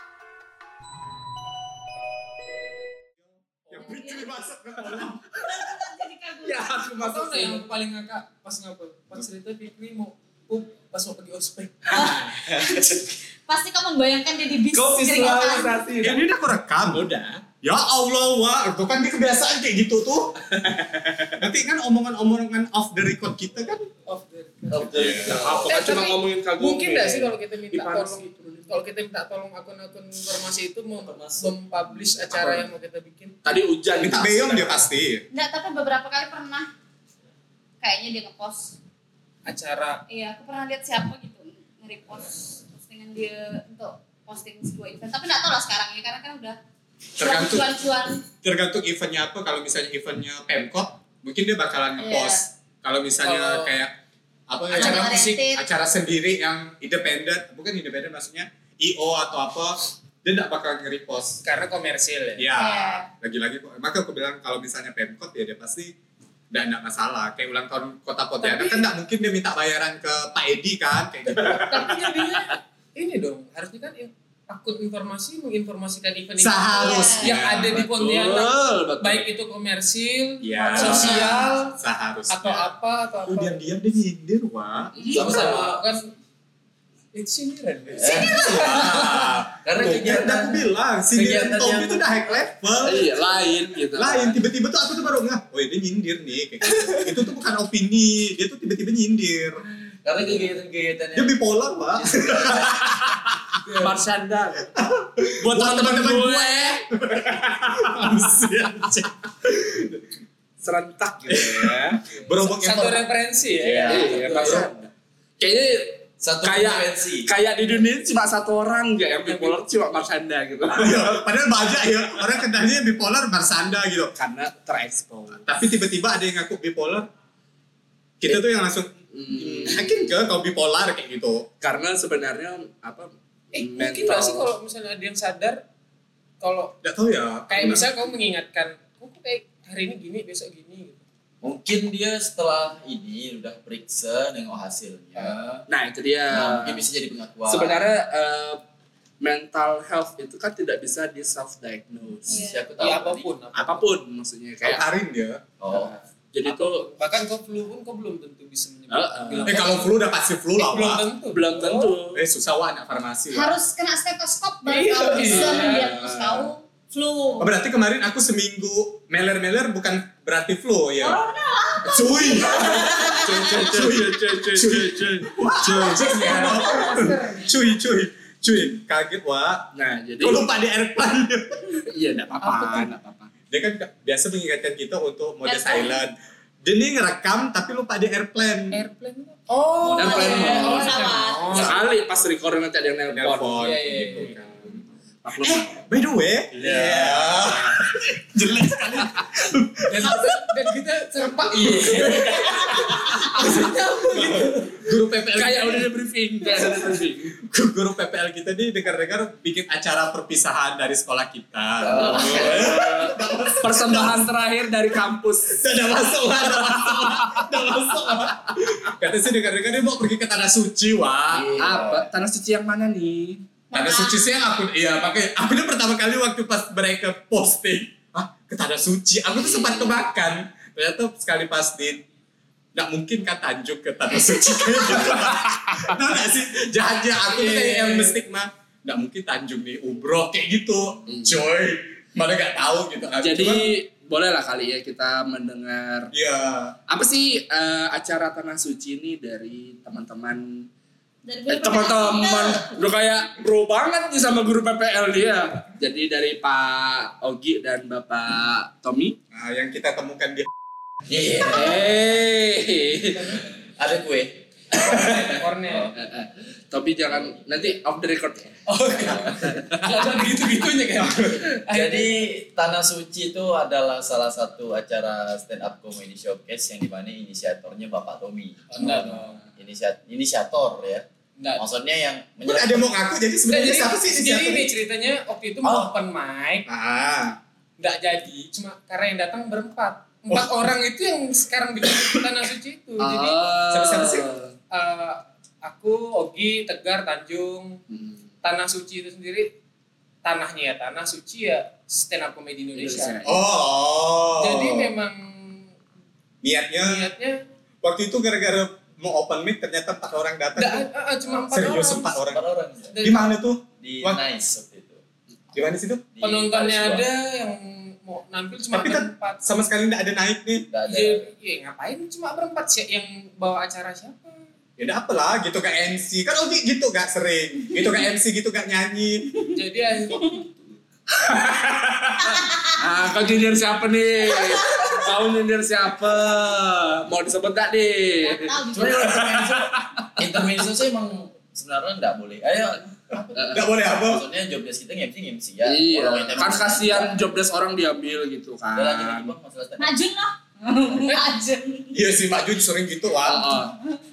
Yang Fitri masuk ke kolam. ya aku Atau masuk nggak yang paling ngakak pas ngapa? Pas cerita Fikri mau pup pas mau pergi ospek. Pasti kau membayangkan dia di bis Kau keringetan. visualisasi. Ya, ini udah aku rekam. Udah. Ya Allah, Wak. Itu kan di kebiasaan kayak gitu tuh. Nanti kan omongan-omongan off the record kita kan. Off the Ya, apa Eh, kan cuma tapi ngomongin kagum. mungkin nggak sih kalau kita minta Dipanas tolong gitu. kalau kita minta tolong akun-akun informasi itu mem- Informasi. mempublish acara yang mau kita bikin. Tadi hujan Minta dikasih. beyong dia pasti. Enggak, tapi beberapa kali pernah kayaknya dia ngepost. Acara Iya, aku pernah lihat siapa gitu nge-repost postingan dia untuk posting sebuah event. Tapi enggak tahu lah sekarang ya karena kan udah Tergantung cuan-cuan. tergantung eventnya apa. Kalau misalnya eventnya Pemkot, mungkin dia bakalan ngepost. Kalau misalnya Kalau- kayak apa ya, Acara Acara musik, rented. acara sendiri yang independen, bukan independen maksudnya I O atau apa, dia nggak bakal nge-repost. karena komersil ya. Ya, Iya. lagi-lagi kok. Maka aku bilang kalau misalnya Pemkot ya dia pasti nggak nggak masalah. Kayak ulang tahun Kota Pontianak Tapi- kan nggak mungkin dia minta bayaran ke Pak Edi kan, kayak gitu. Tapi jadinya ini dong, harusnya kan in- akun akun informasi menginformasikan event Seharusnya. yang ada di Betul, Pontianak, betul. baik itu komersil, Ya. sosial, Seharusnya. atau apa atau apa. Oh, diam-diam dia nyindir, Wak. Sama-sama. Kan itu sindiran. Karena Tuh, kegiatan kan aku bilang, sindiran kegiatan Tommy yang- itu udah high level. Iya, lain gitu. Lain, tiba-tiba tuh aku tuh baru ngeh, oh dia nyindir nih kayak gitu. Itu tuh bukan opini, dia tuh tiba-tiba nyindir. karena kegiatan-kegiatan Dia yang bipolar, Pak. Marsyanda. Buat Buat teman-teman teman-teman gue serentak gitu ya. Berhubung Satu informasi. referensi ya. Iya. Iya, Marsyanda. Kayaknya satu kayak frekuensi. kayak di dunia cuma satu orang nggak yang bipolar, cuma Marsyanda gitu. Iya, padahal banyak ya orang kenalnya bipolar Marsanda gitu. Karena terekspos. Tapi tiba-tiba ada yang ngaku bipolar. Kita tuh yang langsung Hmm. yakin ke kau bipolar kayak gitu. Karena sebenarnya apa? Eh, mungkin nggak sih kalau misalnya ada yang sadar kalau Enggak tahu ya. kayak Karena- misalnya kamu mengingatkan, kok kayak hari ini gini, besok gini gitu. Mungkin dia setelah ini udah periksa nengok hasilnya. Nah itu dia. Nah, mungkin bisa jadi pengakuan. Sebenarnya eh, mental health itu kan tidak bisa di self diagnose. Iya. Siapa tahu Ya tadi. apapun, apapun. Apapun maksudnya kayak kayak. Karin dia. Oh. Jadi tuh Bahkan kau flu pun kau belum tentu bisa menyebut. Uh-uh. bilang, Eh kalau flu udah pasti flu lah, belum Pak. tentu. belum tentu. Eh susah wah anak farmasi. Wak. Harus kena stetoskop baru Iya. kau bisa Iya. mendiagnos kau flu. Oh, berarti kemarin aku seminggu meler-meler bukan berarti flu ya. Corona. Cuy. Cuy, cuy, cuy, cuy, cuy, cuy, cuy. Cuy, cuy. Cuy, kaget, Wak. Nah jadi. Kau lupa di airplane. Iya, enggak apa-apa, enggak apa-apa. Dia kan biasa mengingatkan kita untuk mode Airplane. silent. Dia ini ngerekam tapi lupa di airplane. Airplane. Oh, Airplane iya, mode. oh, Pesawat. oh. Sekali pas recording nanti ada yang nelpon. Nelpon Iya, iya, gitu iya. kan. Maklum. Eh, by the way, Iya. jelek sekali. Dan, dan kita serempak. Iya. Guru P P L Kayak udah di briefing, kayak udah di briefing. guru P P L kita nih dengar-dengar bikin acara perpisahan dari sekolah kita. Persembahan terakhir dari kampus. Udah masuk lah, udah masuk lah, udah masuk lah. Katanya sih dengar-dengar dia mau pergi ke tanah suci, Wak. Iya. Apa? Tanah suci yang mana nih? Tanah suci sih yang aku, iya pakai. Aku ini pertama kali waktu pas mereka posting, ah ke tanah suci. Aku tuh sempat kemakan. Ternyata sekali pas di, nggak mungkin kan Tanjung ke tanah suci kayak gitu. Nah nggak sih jahatnya aku tuh kayak yang menstigma. Nggak mungkin Tanjung nih umroh kayak gitu, coy. Mana nggak tahu gitu. Jadi Cuman, bolehlah kali ya kita mendengar ya apa sih eh, acara tanah suci ini dari teman-teman. Dari Eh, guru teman-teman P P L. udah kayak bro banget nih sama guru P P L dia. Jadi dari Pak Ogi dan Bapak Tommy. nah, yang kita temukan di Iya. Hey. Ada kue. Kornel. Eh, eh. Tommy jangan nanti off the record ya. Ada gitu-gitunya kayak. Jadi Tanah Suci itu adalah salah satu acara stand up comedy showcase yang dimana inisiatornya Bapak Tommy. Enggak dong. Inisiat, inisiator ya. Enggak. Maksudnya yang Kok ada yang mau ngaku jadi Enggak, sebenarnya jadi, siapa sih jadi inisiatornya? ini ceritanya waktu itu Oh. mau open mic, Ah, enggak jadi, cuma karena yang datang berempat. Empat orang itu yang sekarang bikin Tanah Suci itu. Jadi Oh. Siapa-siapa sih? eh, aku, Ogi, Tegar, Tanjung, Hmm. Tanah Suci itu sendiri tanahnya ya Tanah Suci ya stand up comedy Indonesia. Indonesia. oh. Jadi memang niatnya niatnya waktu itu gara-gara mau open mic ternyata empat orang datang. enggak, eh, eh, cuma empat Serius orang. empat orang. empat orang Dan Di mana tuh? di Wah. Nice waktu itu. Di mana sih tuh? Di penontonnya Paris ada yang mau nampil cuma Tapi kan berempat. sama sekali tidak ada naik nih. Nggak ada. Ya, ya ngapain cuma berempat sih yang bawa acara siapa? Ya udah apalah gitu ke M C. Kan Ogi gitu gak sering. Gitu ke M C gitu gak nyanyi. Jadi akhirnya Ah, kau nyindir siapa nih? Kau nyindir siapa? Mau disebut gak nih? Nggak tahu, Cuma kalau intermezzo, intermezzo sih emang sebenarnya nggak boleh. Ayo, Gak boleh apa? maksudnya job desk kita nge-M C nge-M C ya. Iya, Kalau intermezzo kan kasihan job desk orang diambil gitu kan. Udah lanjut lagi bang masalah stand up. Majun lah. Majun. Iya sih Mak Jun sering gitu Oh, wah. oh.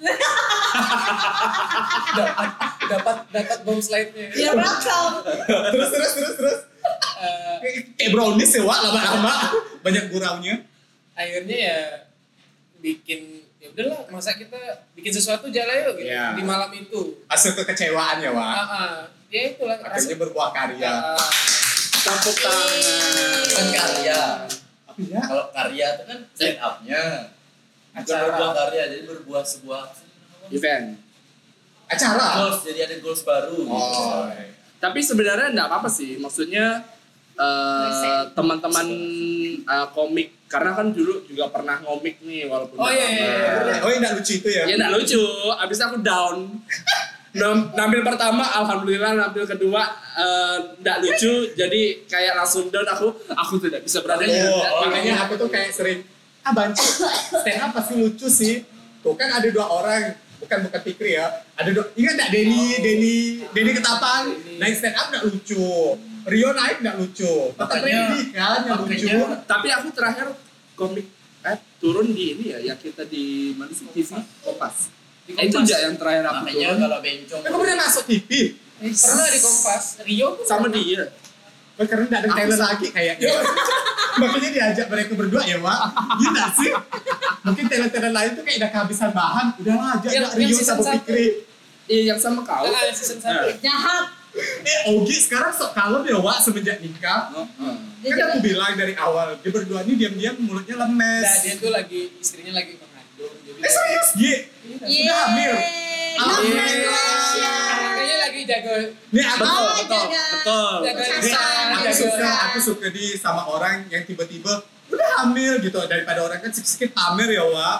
dapat dapat dapat bom slide-nya. You're welcome. Terus terus terus terus. Eh, Kayak- Kayak brownies ya Wak lama-lama. Banyak guraunya. akhirnya ya bikin ya udahlah masa kita bikin sesuatu jalan yuk gitu Iya. di malam itu. Hasil kekecewaan ya Wak. Ah, ah. ya itulah Akhirnya berbuah karya. Ah, Tepuk tangan. Kan karya. Apa ya? Kalau karya itu kan stand up-nya. Bukan Acara. berbuah karya, jadi berbuah sebuah Event. Acara. goals, jadi ada goals baru. Oh. Tapi sebenarnya enggak apa-apa sih. Maksudnya eh, teman-teman eh, komik karena kan dulu juga pernah ngomik nih walaupun Oh, nggak iya, iya, iya. lama. Oh, enggak lucu itu ya? Ya enggak lucu. Abis itu aku down. Nam- nampil pertama alhamdulillah, nampil kedua eh, enggak lucu. Jadi kayak langsung down aku. Aku tidak bisa berada di Oh, makanya aku tuh kayak sering, ah banci, stand up pasti lucu sih. Tuh kan ada dua orang, bukan bukan Fikri ya. Ada dua, ingat nggak Denny, Denny, Denny Ketapang naik stand up nggak lucu. Rio naik nggak lucu. Tetap Makanya- Randy kan yang lucu. makanya- Tapi aku terakhir komik eh turun di ini ya, yang kita di mana sih T V Kompas. di Eh, itu Kompas. aja yang terakhir aku Makanya turun kalau bencong Aku pernah masuk T V. Pernah di Kompas. Rio pun sama pernah. dia. Oh, karena nggak ada Aku talent sama- lagi kayaknya. Makanya diajak mereka berdua ya, Wak. Iya nggak sih? Mungkin talent-talent lain tuh kayak udah kehabisan bahan. Udahlah, ajak Yang- ajak yang Rio season sama satu. Fikri. Iya yang sama kau. Ah, season satu. Nah. Jahat. Eh, Ogi sekarang sok kalem ya, Wak, semenjak nikah. Dia Kan aku juga bilang dari awal, dia berdua ini diam-diam mulutnya lemes. Nah, dia tuh lagi istrinya lagi mengandung. Jadi Eh serius, Gi? Sudah hamil? Congratulations. makanya lagi jago. Nih aku, Betul, Oh, betul, jaga. betul. Jaga nih, lisan, aku jaga- suka, aku suka di sama orang yang tiba-tiba udah hamil gitu daripada orang kan sedikit pamer ya, Wak.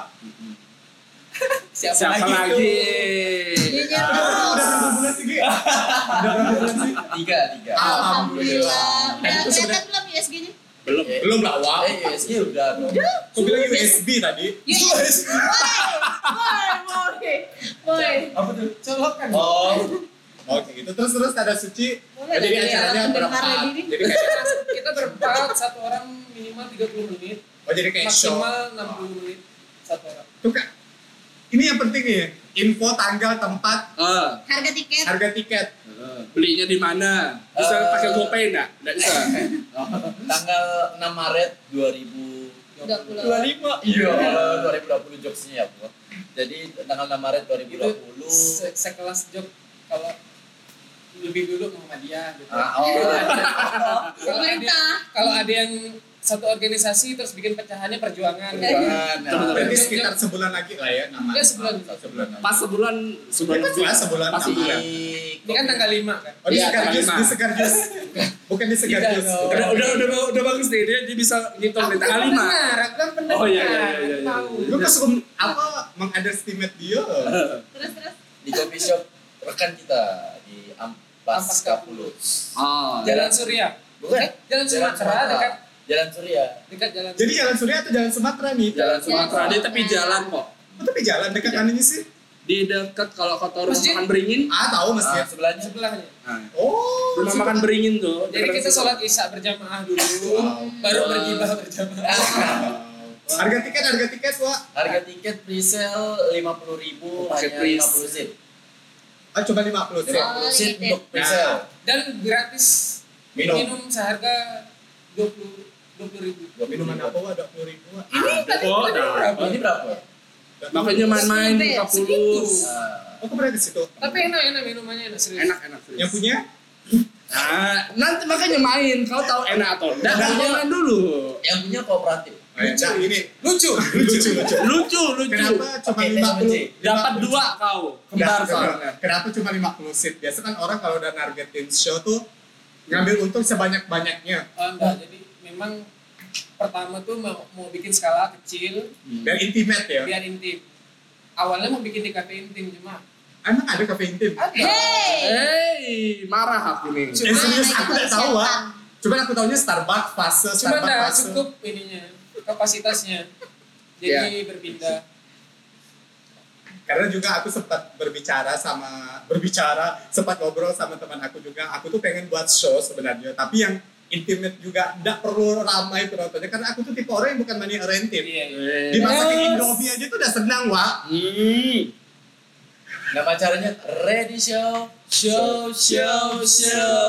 Siapa, Siapa lagi? lagi? Jujur Ah, terus. udah berapa bulan sih, Gi? Udah berapa bulan sih? tiga tiga. Alhamdulillah. Dan Udah itu kelihatan sebenarnya belum U S G-nya? Belum. Eh, belum lah, Wak. Eh, U S G udah dong. Aku bilang U S B tadi. U S G. Boy, boy, boy. Apa tuh? Colokan. Oh, Oke gitu. Terus terus ada Suci. Boleh, Jadi dari acaranya alat berapa? pendengar ini. Jadi kayak Kita berempat, satu orang minimal tiga puluh menit, oh jadi kayak show. maksimal enam puluh menit satu orang. Tuh Kak. Ini yang penting nih. Info tanggal, tempat, Ah, Harga tiket. harga tiket. ah. Belinya di mana? Bisa Eh. pakai GoPay enggak? Enggak bisa. tanggal enam Maret dua ribu dua puluh. dua puluh lima. Iya, dua ribu dua puluh jokesnya ya, Bro. Jadi tanggal enam Maret dua ribu Itu dua puluh. se- sekelas job kalau lebih dulu Muhammadiyah gitu. Ah, oh. Kalau ada- Pemerintah. Kalau ada yang satu organisasi terus bikin pecahannya perjuangan. Perjuangan. Nah, Berarti sekitar sebulan lagi lah ya nama. Enggak sebulan. Sebulan lagi. Pas sebulan sebulan Pas lah, sebulan pasti nama. iya. Ini kan tanggal lima kan. Oh di Iya, Segar Jus, tanggal di lima. Segar Jus. Bukan di Segar Tidak Jus. dong. Udah udah udah udah bagus nih dia, dia bisa ngitung Aku di tanggal kan lima. pendengar, aku kan pendengar. Oh iya iya iya iya. Tahu. Gue kan suka apa mengunderestimate dia. Terus terus. di coffee shop rekan kita di Ampas Ampas Kapulus. Oh. Jalan Surya. Bukan. Eh, Jalan Sumatera dekat Jalan Surya. dekat jalan. Jadi Jalan Surya atau Jalan Sumatera nih? Jalan Sumatera dia tapi jalan kok. Oh, tapi jalan dekat Iya. aninya sih. Di dekat kalau kau tahu rumah Masjid. makan beringin. Ah tahu Ah, masjid. sebelahnya. sebelahnya. Nah, Oh. rumah makan beringin tuh. Jadi dekat kita situ. sholat isya berjamaah dulu, Wow. baru Wow. bergibah berjamaah. Wow. Harga tiket, harga tiket, Wak. Harga tiket pre-sale lima puluh ribu, Pakai hanya pre- lima puluh seat. Ah cuma lima puluh sih. lima puluh seat limited. untuk pre-sale. Dan gratis Minum. minum seharga dua puluh dua puluh ribu. Minuman apa, Wak? dua puluh ribu, Wak. Oh, dah. Oh, ini berapa? Makanya main-main di Segitu. Kapulus. Ah, Oh, aku pernah ke situ. Tapi enak enak minumannya enak serius. Enak enak. serius. Yang punya? Nah, nanti makanya main. Kau tahu enak atau enggak? Nah, Kau main dulu. yang punya kooperatif. Nah, ini Lucu. lucu, lucu. Lucu, lucu. Kenapa cuma Pakai lima puluh? T M C. Dapat dua kau. Kembar Nah, soalnya. kenapa cuma lima puluh seat? Biasa kan orang kalau udah nargetin show tuh ngambil untung sebanyak-banyaknya. Oh, enggak, jadi memang pertama tuh mau, mau bikin skala kecil Biar intimate ya. biar intim. Awalnya mau bikin di kafe intim cuma Emang ada cafe intim? ada. Hey. Hei, marah aku nih. Eh, serius, aku nggak tahu, Wak. Cuman aku taunya Starbucks, fase, Cuma Starbucks enggak fase. cukup ininya kapasitasnya. Jadi berbeda. Karena juga aku sempat berbicara sama berbicara sempat ngobrol sama teman aku juga. Aku tuh pengen buat show sebenarnya, tapi yang intimate juga, nggak perlu ramai penontonnya. Karena aku tuh tipe orang yang bukan money oriented. Iya, iya. Eh. Dimasakin Yes. Indomie aja tuh udah senang, Wak. Hmm. Nama acaranya Ready Show, Show, Show, Show.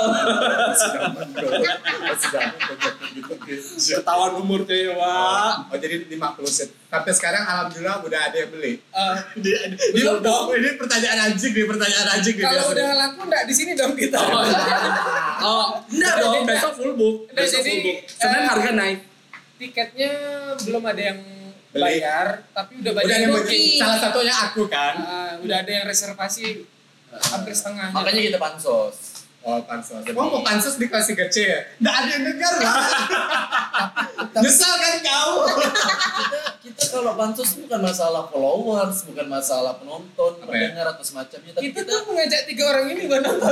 Ketahuan umur tuh ya, Wak. Oh jadi lima puluh set. Sampai sekarang alhamdulillah udah ada yang beli. Eh, Dia, dia, dong. ini pertanyaan anjing nih, pertanyaan anjing nih. kalau biasanya. udah laku enggak di sini dong kita. Oh, enggak dong, besok full book. Nah, Besok jadi, full book. Sebenarnya eh, harga naik. Tiketnya belum ada yang Beli. bayar, tapi udah udah banyak yang yang beli. booking. Salah satunya aku kan. Ah, udah ada yang reservasi hampir setengah. Makanya kita pansos. Oh pansos. Oh mau pansos dikasih G C ya? Nggak ada yang dengar lah. Nyesal kan kau? Kita kita kalau pansos itu bukan masalah followers, bukan masalah penonton, Apa ya? pendengar atau semacamnya, tapi Kita kita, tuh mengajak tiga orang ini buat nonton.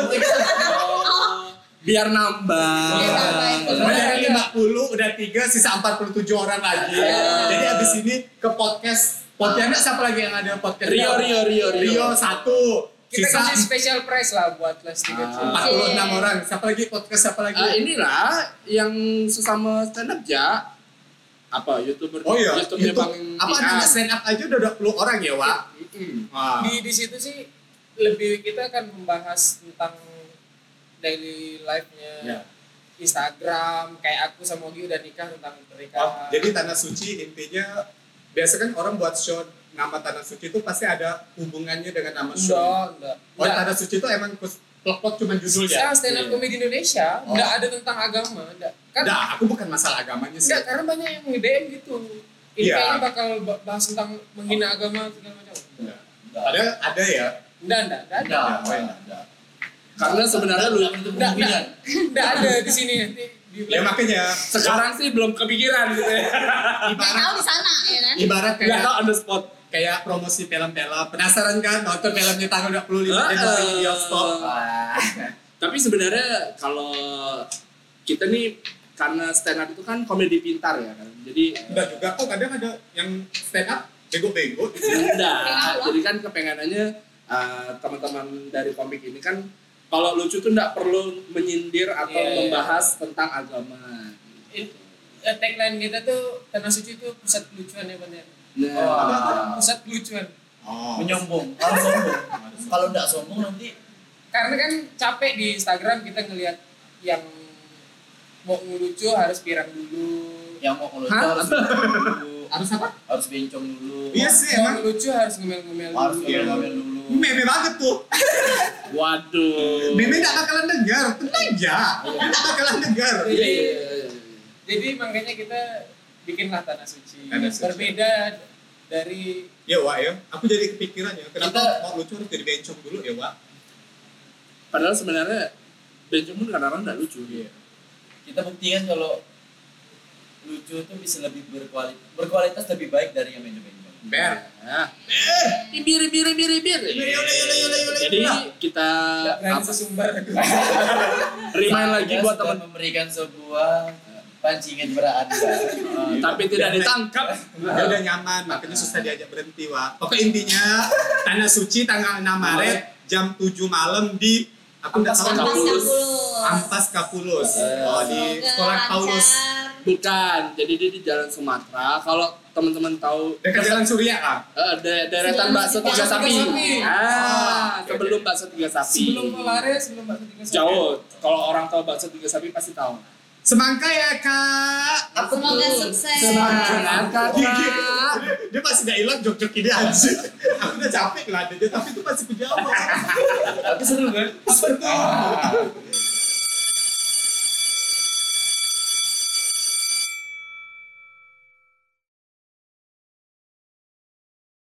Biar nambah. Biar nambah itu. Udah dari lima puluh, udah tiga, sisa empat puluh tujuh orang lagi. Jadi abis ini ke podcast. Pontianak siapa lagi yang ada podcast? Rio, Rio, Rio, Rio. Rio satu. Kita Sisa kasih special prize lah buat kelas tiga C. Ah. empat puluh enam orang. Siapa lagi podcast siapa lagi? Ah, inilah yang sesama stand up ja. Apa YouTuber? Oh iya, YouTuber-nya YouTube. Bang Apa Ika. anak stand up aja udah dua puluh orang ya, Wak? Mm-mm. Wah. Di di situ sih lebih kita akan membahas tentang daily life-nya. Ya. Instagram, kayak aku sama Ogi udah nikah tentang Oh, pernikahan. jadi Tanah Suci intinya biasa kan orang buat show nama Tanah Suci itu pasti ada hubungannya dengan nama show. enggak, enggak. Oh, Tanah Suci itu emang plot cuma judulnya. Saya stand up comedy Indonesia, Oh. enggak ada tentang agama, enggak. Kan Nah, aku bukan masalah agamanya sih. enggak, karena banyak yang nge-D M gitu. Ini Iya. kayaknya bakal ba- bahas tentang menghina agama segala macam. Enggak. Padahal ada ya. Enggak, enggak, enggak ada. enggak, Oh, iya. enggak. Karena sebenarnya lu itu Enggak, kemungkinan. Enggak ada di sini nanti. Di Ya makanya sekarang sih belum kepikiran gitu ya. Nggak tahu di sana ya kan. ibarat Enggak kayak tahu on the spot. kayak promosi film-film. Penasaran kan nonton filmnya tanggal dua puluh lima Ah, Januari di ah. bioskop? Wah. Tapi sebenarnya kalau kita nih karena stand up itu kan komedi pintar ya kan. Jadi Enggak juga kok kadang ada yang stand up bego-bego. enggak. Jadi kan kepengenannya uh, teman-teman dari komik ini kan kalau lucu tuh enggak perlu menyindir atau Iya, iya. membahas tentang agama. Itu eh, tagline kita tuh Tanah Suci itu pusat kelucuan ya benar. Nah, Pusat kelucuan. Oh. Menyombong, kalau sombong. Kalau enggak sombong nanti Karena kan capek di Instagram kita ngelihat yang mau ngelucu harus pirang dulu. yang mau ngelucu Hah? harus bencong dulu, Harus apa? harus bencong dulu, Iya sih Mau emang. ngelucu harus ngemel-ngemel harus dulu. ngambil dulu. Meme banget tuh. waduh. Meme enggak bakalan dengar. Tenang aja. Enggak bakalan dengar. Jadi, Iya, iya, iya. jadi makanya kita bikinlah Tanah Suci. Tanah Suci. Berbeda dari Ya Wak ya, aku jadi kepikiran ya. Kenapa Kita- mau lucu harus jadi bencong dulu ya Wak? Padahal sebenarnya Benjamin kadang-kadang enggak lucu. Iya. Kita buktikan kalau lucu itu bisa lebih berkualitas, berkualitas lebih baik dari yang bencong-bencong. Ber. Nah. Biri biri biri biri. Jadi kita nggak berani apa, sesumbar. remind lagi Saya buat sudah teman memberikan sebuah pancingan beranda. tapi tidak ditangkap. Dia udah nyaman, makanya susah diajak berhenti Wak. Pokoknya intinya Tanah Suci tanggal enam Maret jam tujuh malam di aku udah tahu Ampas Paulus. Kapulus. Ampas Kapulus. Oh di Semoga sekolah Paulus. lancar. Bukan, jadi dia di Jalan Sumatera. Kalau teman-teman tahu Dekat Jalan Surya kan? eh, de- deretan Sebelum bakso tiga Bakso sapi. Tiga Sapi. Ah, Oh, sebelum bakso tiga sapi. Sebelum Polaris, sebelum Bakso Tiga Sapi. Jauh. Kalau orang tahu bakso tiga sapi pasti tahu. Semangka ya kak. Semoga sukses. Semangat Dia, kakak. dia, dia masih gak hilang jok-jok ini aja. Aku udah capek lah dia, tapi itu masih kejawab. Tapi seru kan? Apa tuh?